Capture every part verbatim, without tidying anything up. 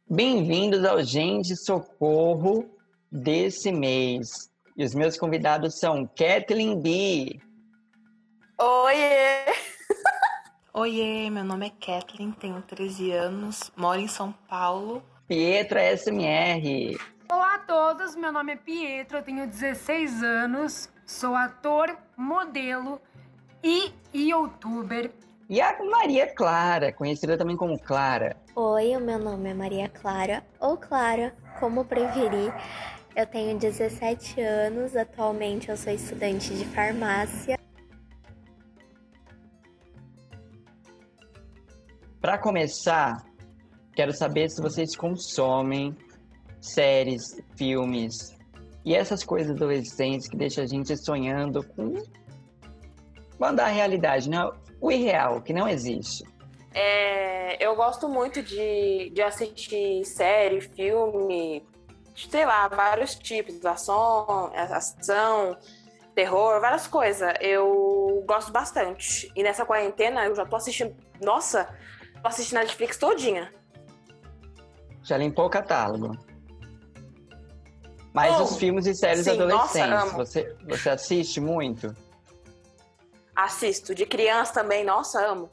Bem-vindos ao Gente Socorro desse mês. E os meus convidados são Kathleen B. Oiê! Oiê, meu nome é Kathleen, tenho treze anos, moro em São Paulo. Pietra S M R. Olá a todos, meu nome é Pietro, eu tenho dezesseis anos, sou ator, modelo e youtuber. E a Maria Clara, conhecida também como Clara. Oi, o meu nome é Maria Clara, ou Clara, como preferir. Eu tenho dezessete anos, atualmente eu sou estudante de farmácia. Para começar, quero saber se vocês consomem séries, filmes e essas coisas adolescentes que deixam a gente sonhando com mandar a realidade, né? O irreal, que não existe. É, eu gosto muito de, de assistir série, filme, sei lá, vários tipos, ação, ação, terror, várias coisas. Eu gosto bastante. E nessa quarentena eu já tô assistindo, nossa, tô assistindo a Netflix todinha. Já limpou o catálogo. Mas Oh, os filmes e séries sim, adolescentes, nossa, amo. você, você assiste muito? Assisto. De criança também, nossa, amo.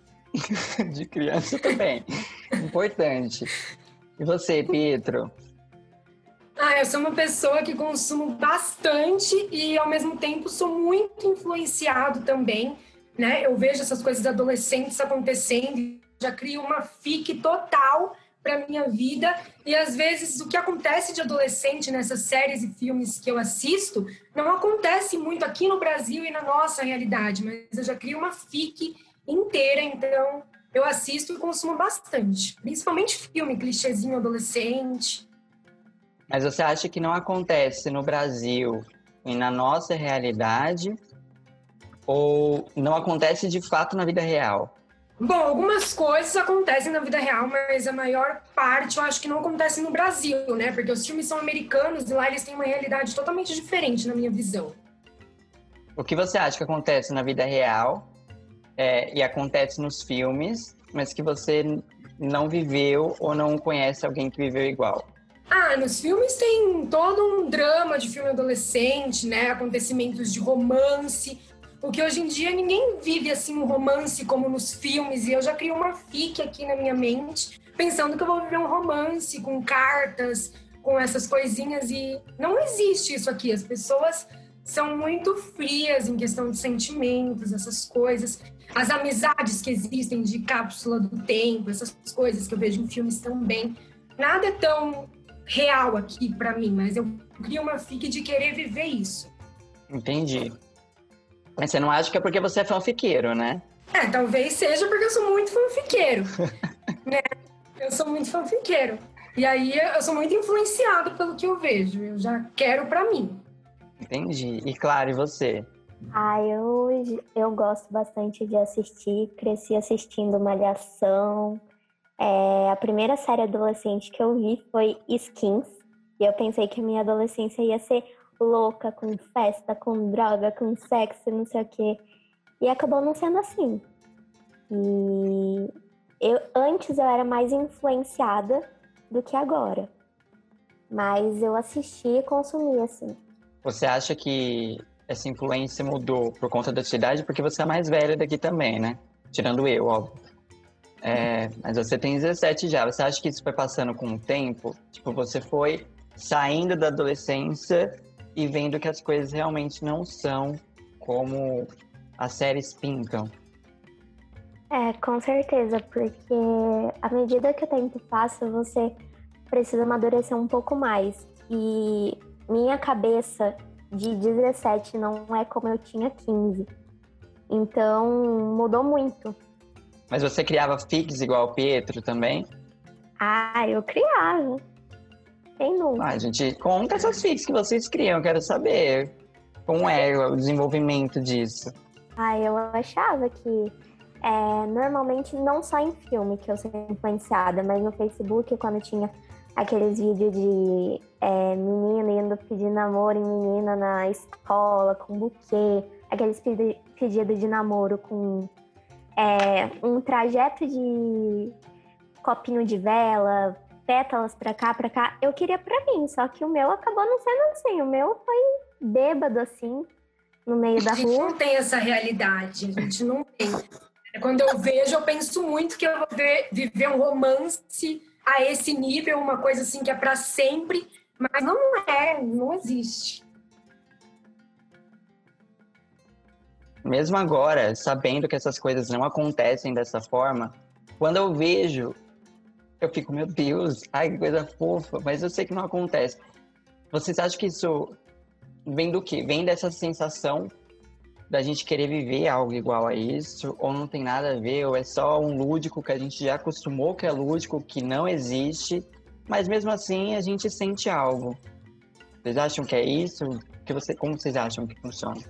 De criança também. Importante. E você, Pietro? Ah, eu sou uma pessoa que consumo bastante e ao mesmo tempo sou muito influenciado também, né? Eu vejo essas coisas adolescentes acontecendo e já crio uma fic total para minha vida e às vezes o que acontece de adolescente nessas séries e filmes que eu assisto não acontece muito aqui no Brasil e na nossa realidade, mas eu já crio uma fic inteira, então eu assisto e consumo bastante, principalmente filme, clichêzinho adolescente. Mas você acha que não acontece no Brasil e na nossa realidade? Ou não acontece de fato na vida real? Bom, algumas coisas acontecem na vida real, mas a maior parte eu acho que não acontece no Brasil, né? Porque os filmes são americanos e lá eles têm uma realidade totalmente diferente, na minha visão. O que você acha que acontece na vida real é, e acontece nos filmes, mas que você não viveu ou não conhece alguém que viveu igual? Ah, nos filmes tem todo um drama de filme adolescente, né? Acontecimentos de romance. Porque hoje em dia ninguém vive assim um romance como nos filmes. E eu já crio uma fic aqui na minha mente, pensando que eu vou viver um romance com cartas, com essas coisinhas. E não existe isso aqui. As pessoas são muito frias em questão de sentimentos, essas coisas. As amizades que existem de cápsula do tempo, essas coisas que eu vejo em filmes também. Nada é tão real aqui pra mim, mas eu crio uma fic de querer viver isso. Entendi. Mas você não acha que é porque você é fanfiqueiro, né? É, talvez seja porque eu sou muito fanfiqueiro, né? Eu sou muito fanfiqueiro. E aí eu sou muito influenciado pelo que eu vejo. Eu já quero pra mim. Entendi. E claro, e você? Ah, eu, eu gosto bastante de assistir, cresci assistindo Malhação. É, a primeira série adolescente que eu vi foi Skins. E eu pensei que a minha adolescência ia ser louca, com festa, com droga, com sexo, não sei o quê. E acabou não sendo assim. E eu, antes eu era mais influenciada do que agora. Mas eu assistia e consumia, assim. Você acha que essa influência mudou por conta da sua idade? Porque você é mais velha daqui também, né? Tirando eu, óbvio. É, mas você tem dezessete já. Você acha que isso foi passando com o tempo? Tipo, você foi saindo da adolescência e vendo que as coisas realmente não são como as séries pintam. É, com certeza, porque à medida que o tempo passa, você precisa amadurecer um pouco mais. E minha cabeça de dezessete não é como eu tinha quinze. Então, mudou muito. Mas você criava fics igual o Pietro também? Ah, eu criava. Quem nunca? Ah, gente, conta essas fics que vocês criam, eu quero saber como é o desenvolvimento disso. Ah, eu achava que é, normalmente não só em filme que eu sou influenciada, mas no Facebook, quando tinha aqueles vídeos de é, menina indo pedir namoro em menina na escola, com buquê, aqueles pedi- pedidos de namoro com é, um trajeto de copinho de vela, pétalas pra cá, pra cá, eu queria pra mim, só que o meu acabou não sendo assim. O meu foi bêbado, assim, no meio da A gente rua. não tem essa realidade, a gente não tem. Quando eu vejo, eu penso muito que eu vou ver, viver um romance a esse nível, uma coisa assim que é pra sempre, mas não é, não existe. Mesmo agora, sabendo que essas coisas não acontecem dessa forma, quando eu vejo, eu fico, meu Deus, ai, que coisa fofa, mas eu sei que não acontece. Vocês acham que isso vem do quê? Vem dessa sensação da gente querer viver algo igual a isso, ou não tem nada a ver, ou é só um lúdico que a gente já acostumou que é lúdico, que não existe, mas mesmo assim a gente sente algo. Vocês acham que é isso? Que você, como vocês acham que funciona?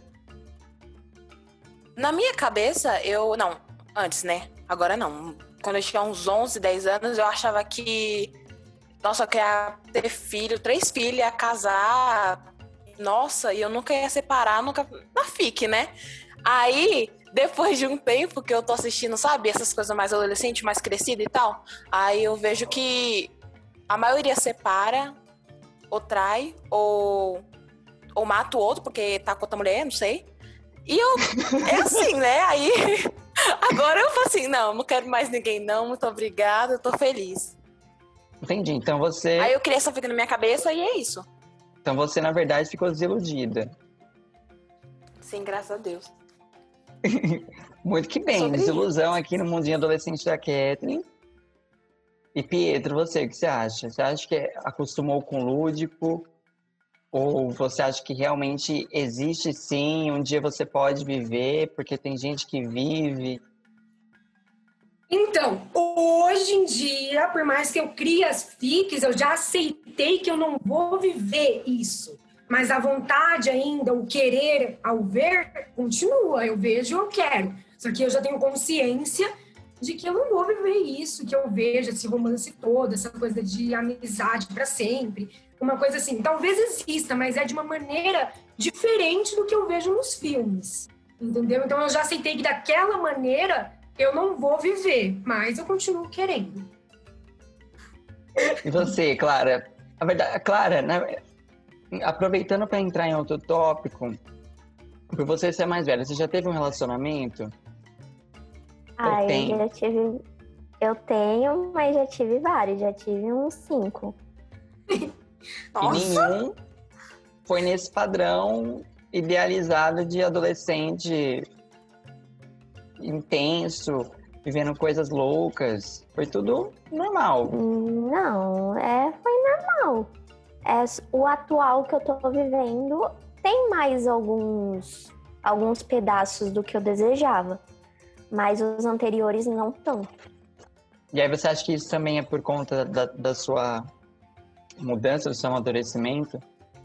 Na minha cabeça, eu... Não, antes, né? Agora não. Quando eu tinha uns onze, dez anos, eu achava que... Nossa, eu queria ter filho, três filhos, ia casar... Nossa, e eu nunca ia separar, nunca... Na F I C, né? Aí, depois de um tempo que eu tô assistindo, sabe? Essas coisas mais adolescente, mais crescida e tal. Aí eu vejo que a maioria separa, ou trai, ou, ou mata o outro porque tá com outra mulher, não sei. E eu... É assim, né? Aí... Agora eu falo assim, não, não quero mais ninguém não, muito obrigada, eu tô feliz. Entendi, então você... Aí eu criei essa vida na minha cabeça e é isso. Então você, na verdade, ficou desiludida. Sim, graças a Deus. Muito que bem, Sobre desilusão aqui no mundinho adolescente da Kathleen. E Pietro, você, o que você acha? Você acha que acostumou com o lúdico? Ou você acha que realmente existe sim, um dia você pode viver, porque tem gente que vive? Então, hoje em dia, por mais que eu crie as F I Cs, eu já aceitei que eu não vou viver isso. Mas a vontade ainda, o querer ao ver, continua. Eu vejo, eu quero. Só que eu já tenho consciência de que eu não vou viver isso, que eu vejo esse romance todo, essa coisa de amizade para sempre. Uma coisa assim, talvez exista, mas é de uma maneira diferente do que eu vejo nos filmes. Entendeu? Então eu já aceitei que daquela maneira eu não vou viver, mas eu continuo querendo. E você, Clara? A verdade, Clara, né? Aproveitando para entrar em outro tópico, por você ser mais velha, você já teve um relacionamento? Ah, eu tem? já tive. Eu tenho, mas já tive vários, já tive uns cinco. Nossa. E nenhum foi nesse padrão idealizado de adolescente intenso, vivendo coisas loucas. Foi tudo normal. Não, é, foi normal. É, o atual que eu tô vivendo tem mais alguns, alguns pedaços do que eu desejava, mas os anteriores não tanto. E aí você acha que isso também é por conta da, da sua mudança, do seu amadurecimento?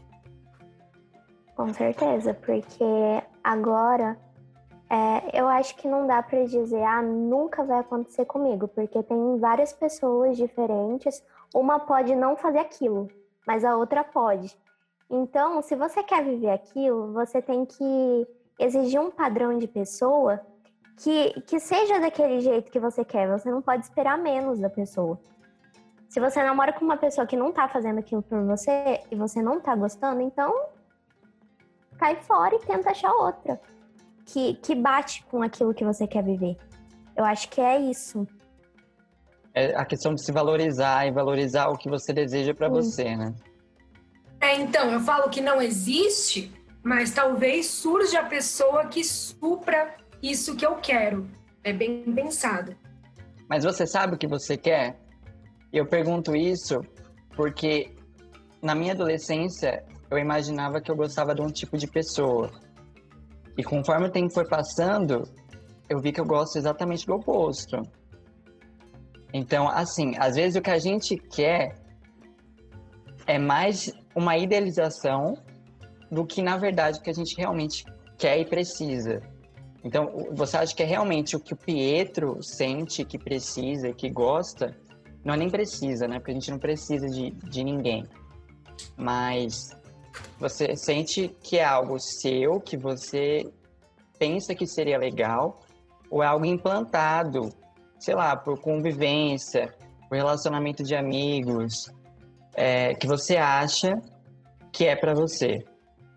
Com certeza, porque agora é, eu acho que não dá pra dizer, ah, nunca vai acontecer comigo, porque tem várias pessoas diferentes, uma pode não fazer aquilo, mas a outra pode. Então, se você quer viver aquilo, você tem que exigir um padrão de pessoa que, que seja daquele jeito que você quer, você não pode esperar menos da pessoa. Se você namora com uma pessoa que não tá fazendo aquilo por você e você não tá gostando, então cai fora e tenta achar outra que, que bate com aquilo que você quer viver. Eu acho que é isso. É a questão de se valorizar e valorizar o que você deseja para você, né? É, então, eu falo que não existe, mas talvez surja a pessoa que supra isso que eu quero. É bem pensado. Mas você sabe o que você quer? Eu pergunto isso porque na minha adolescência eu imaginava que eu gostava de um tipo de pessoa. E conforme o tempo foi passando, eu vi que eu gosto exatamente do oposto. Então, assim, às vezes o que a gente quer é mais uma idealização do que, na verdade, o que a gente realmente quer e precisa. Então, você acha que é realmente o que o Pietro sente que precisa e que gosta? Não, nem precisa, né? Porque a gente não precisa de, de ninguém. Mas você sente que é algo seu, que você pensa que seria legal, ou é algo implantado, sei lá, por convivência, o relacionamento de amigos, é, que você acha que é pra você?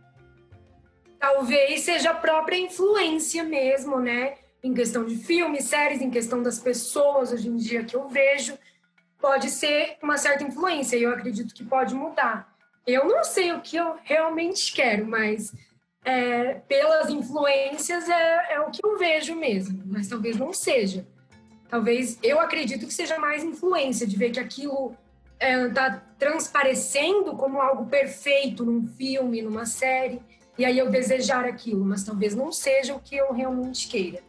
Talvez seja a própria influência mesmo, né? Em questão de filmes, séries, em questão das pessoas hoje em dia que eu vejo, pode ser uma certa influência e eu acredito que pode mudar. Eu não sei o que eu realmente quero, mas é, pelas influências é, é o que eu vejo mesmo, mas talvez não seja. Talvez eu acredito que seja mais influência, de ver que aquilo está é, transparecendo como algo perfeito num filme, numa série, e aí eu desejar aquilo, mas talvez não seja o que eu realmente queira.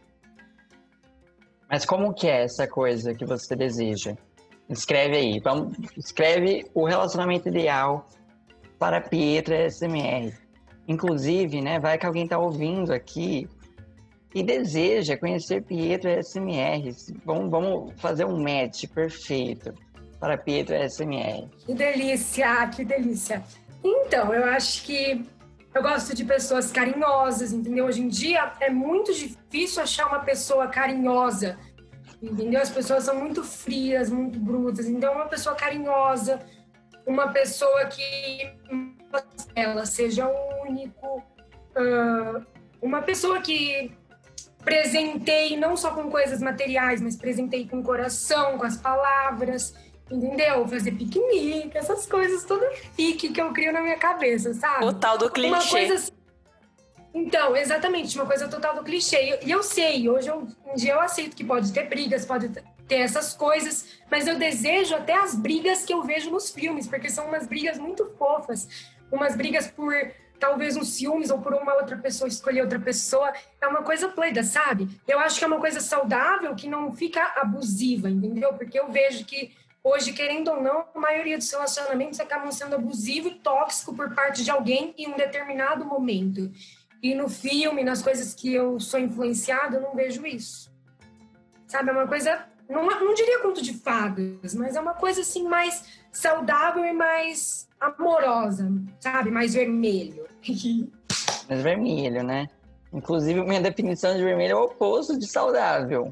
Mas como que é essa coisa que você deseja? Escreve aí. Vamos, escreve o relacionamento ideal para Pietra S M R. Inclusive, né, vai que alguém está ouvindo aqui e deseja conhecer Pietra S M R. Vamos, vamos fazer um match perfeito para Pietra S M R. Que delícia, que delícia. Então, eu acho que eu gosto de pessoas carinhosas, entendeu? Hoje em dia é muito difícil achar uma pessoa carinhosa, entendeu? As pessoas são muito frias, muito brutas. Então, uma pessoa carinhosa, uma pessoa que ela seja único, uh, uma pessoa que presenteie não só com coisas materiais, mas presenteie com o coração, com as palavras, entendeu? Fazer piquenique, essas coisas todas fique que eu crio na minha cabeça, sabe? O tal do clichê. Uma coisa assim... Então, exatamente, uma coisa total do clichê. E eu, eu sei, hoje eu, um dia eu aceito que pode ter brigas, pode ter essas coisas, mas eu desejo até as brigas que eu vejo nos filmes, porque são umas brigas muito fofas, umas brigas por talvez uns ciúmes ou por uma outra pessoa escolher outra pessoa. É uma coisa playda, sabe? Eu acho que é uma coisa saudável que não fica abusiva, entendeu? Porque eu vejo que hoje, querendo ou não, a maioria dos relacionamentos acabam sendo abusivo e tóxico por parte de alguém em um determinado momento. E no filme, nas coisas que eu sou influenciada, eu não vejo isso. Sabe, é uma coisa, não, não diria conto de fadas, mas é uma coisa assim mais saudável e mais amorosa, sabe? Mais vermelho. Mais vermelho, né? Inclusive, minha definição de vermelho é o oposto de saudável.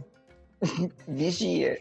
Vigia.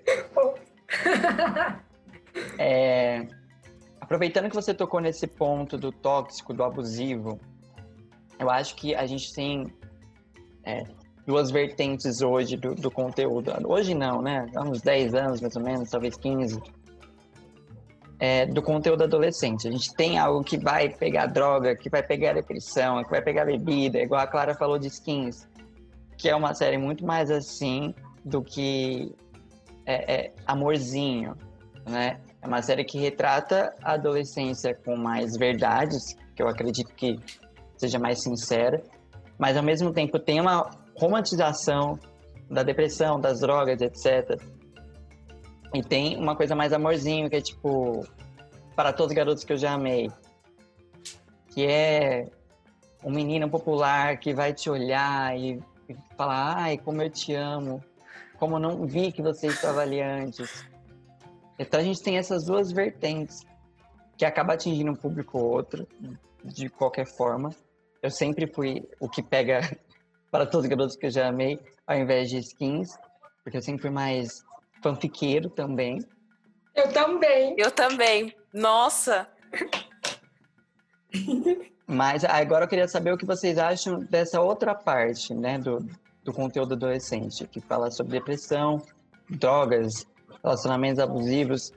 É, aproveitando que você tocou nesse ponto do tóxico, do abusivo, eu acho que a gente tem é, duas vertentes hoje do, do conteúdo. Hoje não, né? Há uns dez anos, mais ou menos, talvez quinze. É, do conteúdo adolescente. A gente tem algo que vai pegar droga, que vai pegar depressão, que vai pegar bebida, igual a Clara falou de Skins, que é uma série muito mais assim do que é, é, amorzinho, né? É uma série que retrata a adolescência com mais verdades, que eu acredito que seja mais sincera, mas ao mesmo tempo tem uma romantização da depressão, das drogas, etcétera. E tem uma coisa mais amorzinho, que é tipo, Para Todos os Garotos que Eu Já Amei, que é um menino popular que vai te olhar e, e falar, ai, como eu te amo, como não vi que você estava ali antes. Então a gente tem essas duas vertentes, que acaba atingindo um público ou outro, de qualquer forma. Eu sempre fui o que pega Para Todos os Garotos que Eu Já Amei, ao invés de Skins, porque eu sempre fui mais fanfiqueiro também. Eu também. Eu também. Nossa! Mas agora eu queria saber o que vocês acham dessa outra parte, né, do, do conteúdo adolescente, que fala sobre depressão, drogas, relacionamentos abusivos.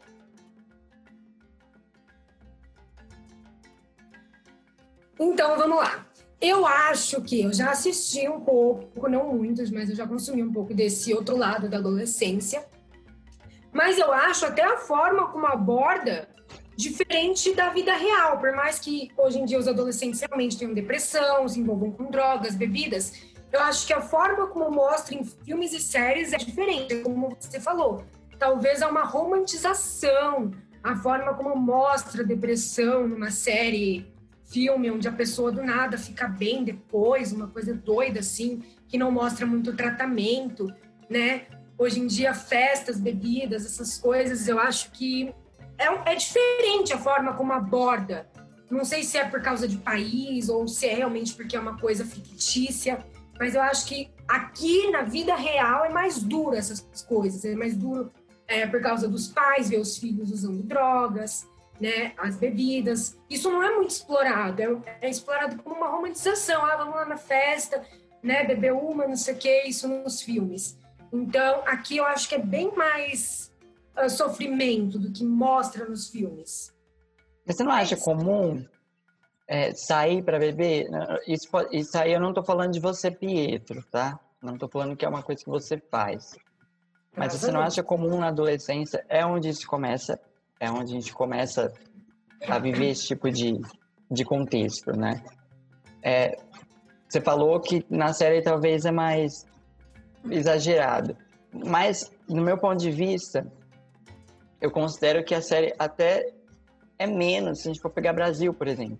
Então, vamos lá. Eu acho que eu já assisti um pouco, não muitos, mas eu já consumi um pouco desse outro lado da adolescência. Mas eu acho até a forma como aborda diferente da vida real. Por mais que hoje em dia os adolescentes realmente tenham depressão, se envolvam com drogas, bebidas, eu acho que a forma como mostra em filmes e séries é diferente, como você falou. Talvez há uma romantização, a forma como mostra a depressão numa série, filme, onde a pessoa do nada fica bem depois, uma coisa doida assim, que não mostra muito tratamento, né? Hoje em dia, festas, bebidas, essas coisas, eu acho que é, é diferente a forma como aborda. Não sei se é por causa de país ou se é realmente porque é uma coisa fictícia, mas eu acho que aqui na vida real é mais duro essas coisas, é mais duro é, por causa dos pais, ver os filhos usando drogas, né, as bebidas. Isso não é muito explorado, é, é explorado como uma romantização. Ah, vamos lá na festa, né, beber uma, não sei o que, isso nos filmes. Então, aqui eu acho que é bem mais uh, sofrimento do que mostra nos filmes. Mas você não acha comum é, sair para beber? Isso, isso aí eu não tô falando de você, Pietro, tá? Não tô falando que é uma coisa que você faz. Mas você não acha comum na adolescência? É onde isso começa, é onde a gente começa a viver esse tipo de, de contexto, né? É, você falou que na série talvez é mais exagerado. Mas, no meu ponto de vista, eu considero que a série até é menos, se a gente for pegar Brasil, por exemplo.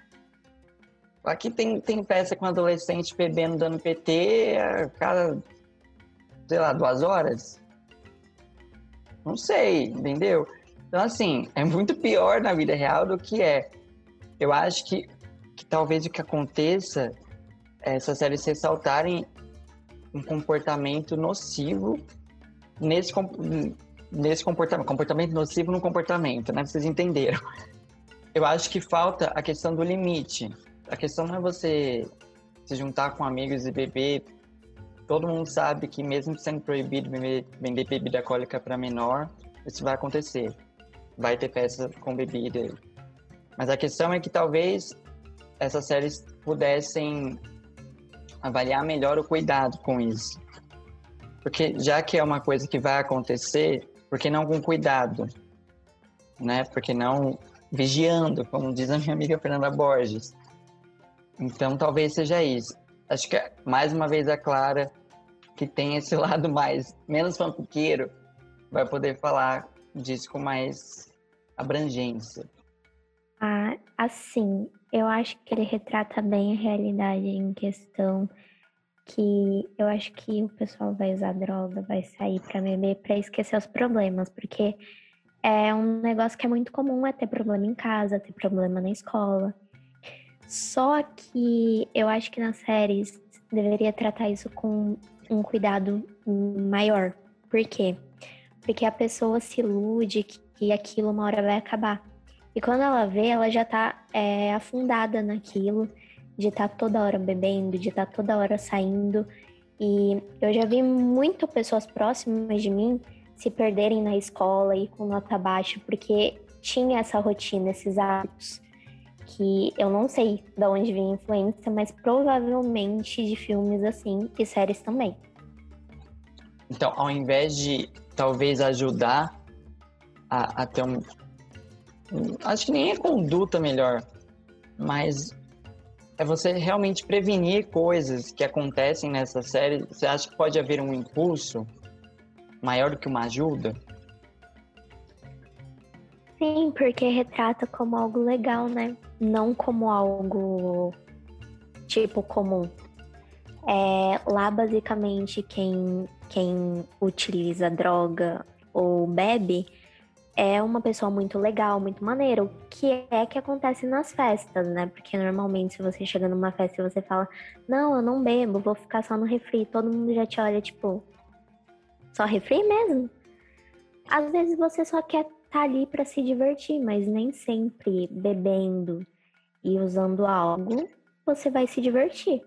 Aqui tem, tem peça com adolescente bebendo, dando P T a cada, sei lá, duas horas. Não sei, entendeu? Então, assim, é muito pior na vida real do que é. Eu acho que, que talvez o que aconteça é essas séries ressaltarem um comportamento nocivo nesse, nesse comportamento. Comportamento nocivo no comportamento, né? Vocês entenderam. Eu acho que falta a questão do limite. A questão não é você se juntar com amigos e beber. Todo mundo sabe que mesmo sendo proibido vender bebida alcoólica para menor, isso vai acontecer. Vai ter festa com bebida. Mas a questão é que talvez essas séries pudessem avaliar melhor o cuidado com isso. Porque já que é uma coisa que vai acontecer, por que não com cuidado? Né? Por que não vigiando, como diz a minha amiga Fernanda Borges? Então talvez seja isso. Acho que mais uma vez a Clara, que tem esse lado mais menos fanfiqueiro, vai poder falar disso com mais abrangência. Ah, assim, eu acho que ele retrata bem a realidade em questão, que eu acho que o pessoal vai usar droga, vai sair pra beber pra esquecer os problemas, porque é um negócio que é muito comum, é ter problema em casa, ter problema na escola. Só que eu acho que nas séries deveria tratar isso com um cuidado maior. Por quê? Porque a pessoa se ilude que aquilo uma hora vai acabar. E quando ela vê, ela já tá é, afundada naquilo, de estar tá toda hora bebendo, de estar tá toda hora saindo. E eu já vi muito pessoas próximas de mim se perderem na escola e com nota baixa, porque tinha essa rotina, esses hábitos, que eu não sei de onde vem a influência, mas provavelmente de filmes assim e séries também. Então, ao invés de talvez ajudar a, a ter um... Acho que nem é conduta melhor, mas é você realmente prevenir coisas que acontecem nessa série. Você acha que pode haver um impulso maior do que uma ajuda? Sim, porque retrata como algo legal, né? Não como algo tipo comum. É, lá, basicamente, quem, quem utiliza droga ou bebe é uma pessoa muito legal, muito maneira. O que é que acontece nas festas, né? Porque normalmente, se você chega numa festa e você fala, não, eu não bebo, vou ficar só no refri, todo mundo já te olha, tipo, só refri mesmo? Às vezes você só quer estar ali para se divertir, mas nem sempre bebendo e usando algo você vai se divertir.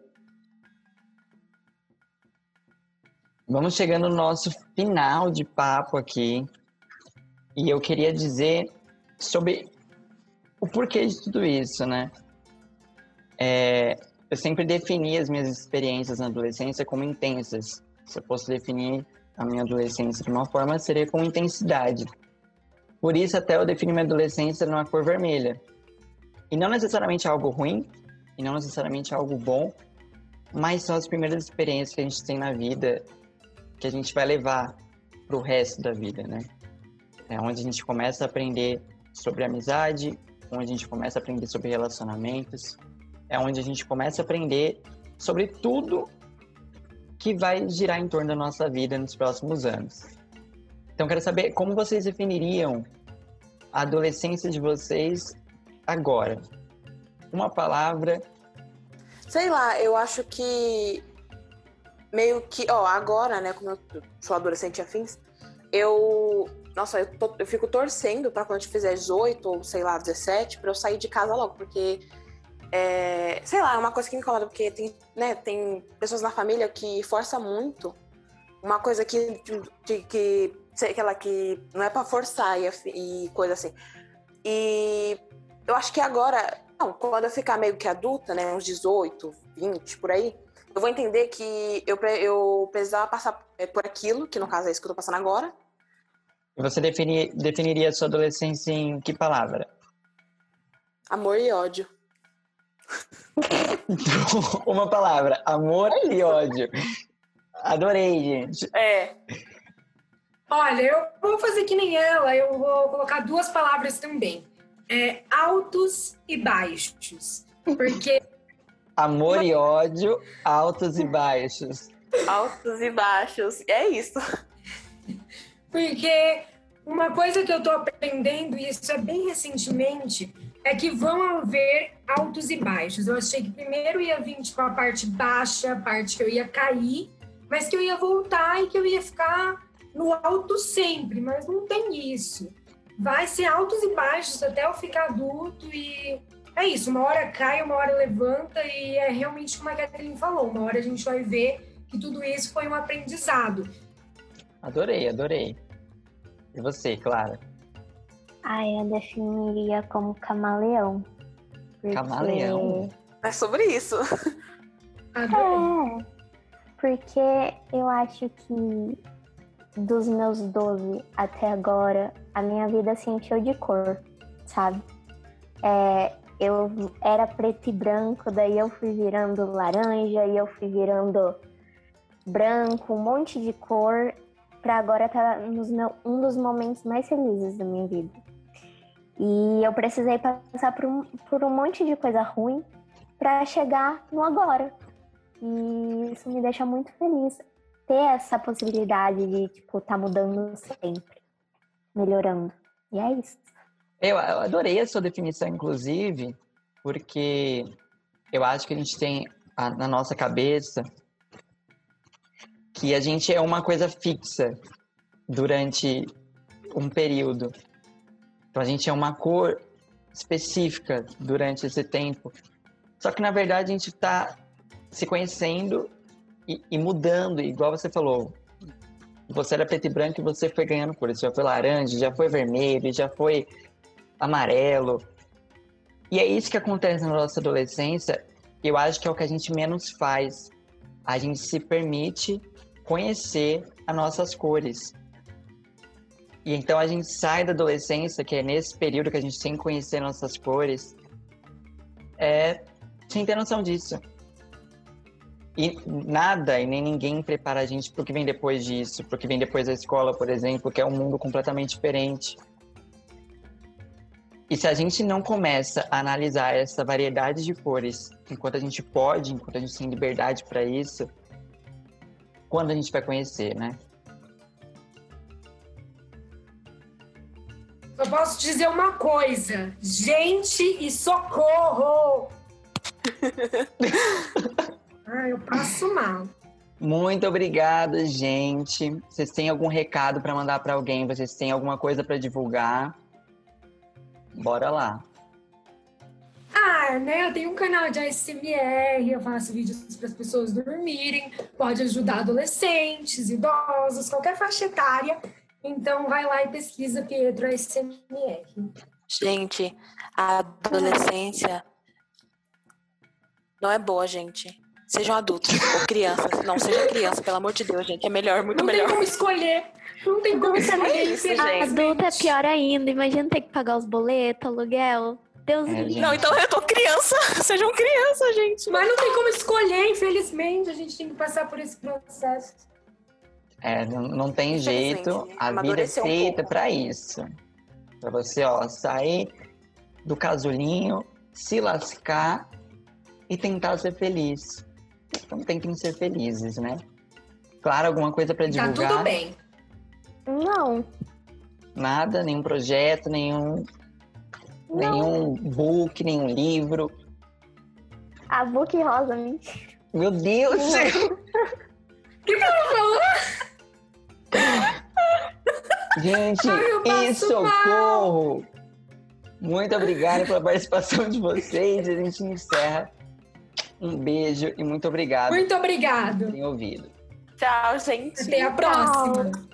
Vamos chegando no nosso final de papo aqui. E eu queria dizer sobre o porquê de tudo isso, né? É, eu sempre defini as minhas experiências na adolescência como intensas. Se eu fosse definir a minha adolescência de uma forma, seria com intensidade. Por isso, até eu defini minha adolescência numa cor vermelha. E não necessariamente algo ruim, e não necessariamente algo bom, mas são as primeiras experiências que a gente tem na vida que a gente vai levar para o resto da vida, né? É onde a gente começa a aprender sobre amizade, onde a gente começa a aprender sobre relacionamentos, é onde a gente começa a aprender sobre tudo que vai girar em torno da nossa vida nos próximos anos. Então, quero saber como vocês definiriam a adolescência de vocês agora. Uma palavra. Sei lá, eu acho que meio que, ó, agora, né, como eu sou adolescente afins, eu nossa, eu, tô, eu fico torcendo pra quando a gente fizer dezoito ou, sei lá, dezessete, pra eu sair de casa logo, porque, é, sei lá, é uma coisa que me incomoda, porque tem, né, tem pessoas na família que forçam muito uma coisa que, que, que sei aquela que não é pra forçar e, e coisa assim. E eu acho que agora, não, quando eu ficar meio que adulta, né, uns dezoito, vinte, por aí, eu vou entender que eu, eu precisava passar por aquilo, que no caso é isso que eu tô passando agora. E você defini, definiria a sua adolescência em que palavra? Amor e ódio. Uma palavra, amor e ódio. Adorei, gente. É. Olha, eu vou fazer que nem ela, eu vou colocar duas palavras também. É, altos e baixos. Porque... Amor e ódio, altos e baixos. Altos e baixos. É isso. Porque uma coisa que eu tô aprendendo, e isso é bem recentemente, é que vão haver altos e baixos. Eu achei que primeiro ia vir tipo, a parte baixa, a parte que eu ia cair, mas que eu ia voltar e que eu ia ficar no alto sempre, mas não tem isso. Vai ser altos e baixos até eu ficar adulto e é isso, uma hora cai, uma hora levanta e é realmente como a Catherine falou, uma hora a gente vai ver que tudo isso foi um aprendizado. Adorei, adorei. E você, Clara? Ah, eu definiria como camaleão. Porque... Camaleão? É sobre isso. Adorei. É, porque eu acho que dos meus doze até agora, a minha vida se encheu de cor, sabe? É, eu era preto e branco, daí eu fui virando laranja, e eu fui virando branco, um monte de cor, pra agora estar tá nos meu, um dos momentos mais felizes da minha vida. E eu precisei passar por um, por um monte de coisa ruim pra chegar no agora. E isso me deixa muito feliz. Ter essa possibilidade de, tipo, tá mudando sempre, melhorando. E é isso. Eu, eu adorei a sua definição, inclusive, porque eu acho que a gente tem a, na nossa cabeça que a gente é uma coisa fixa durante um período. Então, a gente é uma cor específica durante esse tempo. Só que, na verdade, a gente está se conhecendo e, e mudando, igual você falou. Você era preto e branco e você foi ganhando cor. Você já foi laranja, já foi vermelho, já foi amarelo. E é isso que acontece na nossa adolescência. Eu acho que é o que a gente menos faz. A gente se permite conhecer as nossas cores. E então a gente sai da adolescência, que é nesse período que a gente tem que conhecer nossas cores, é, sem ter noção disso. E nada e nem ninguém prepara a gente para o que vem depois disso, para o que vem depois da escola, por exemplo, que é um mundo completamente diferente. E se a gente não começa a analisar essa variedade de cores, enquanto a gente pode, enquanto a gente tem liberdade para isso, quando a gente vai conhecer, né? Só posso dizer uma coisa. Gente e socorro! Ah, eu passo mal. Muito obrigado, gente. Vocês têm algum recado para mandar para alguém? Vocês têm alguma coisa para divulgar? Bora lá. Ah, né? Eu tenho um canal de A S M R, eu faço vídeos para as pessoas dormirem, pode ajudar adolescentes, idosos, qualquer faixa etária. Então vai lá e pesquisa Pietro A S M R. Gente, a adolescência não é boa, gente. Sejam adultos ou crianças. Não, seja criança, pelo amor de Deus, gente. É melhor, muito Não melhor. tem como escolher. Não tem como escolher. É isso, gente. Adulta é pior ainda. Imagina ter que pagar os boletos, aluguel. Deus É, me livre. gente. Não, então eu tô criança. Sejam crianças, gente. Mas não tem como escolher, infelizmente. A gente tem que passar por esse processo. É, não, não tem Infelizmente, jeito. né? A vida é Amadureceu um feita pouco. para isso. Para você, ó, sair do casulinho, se lascar e tentar ser feliz. Então tentem ser felizes, né? Claro, alguma coisa para Tá divulgar? tudo bem. Não, Nada, nenhum projeto, nenhum, não. nenhum book, nenhum livro. A book rosa, mentira. Meu Deus! Gente, Ai, eu passo e socorro! Muito obrigado pela participação de vocês. A gente encerra. Um beijo e muito obrigado Muito obrigado. por terem ouvido. Tchau, gente. Até a próxima.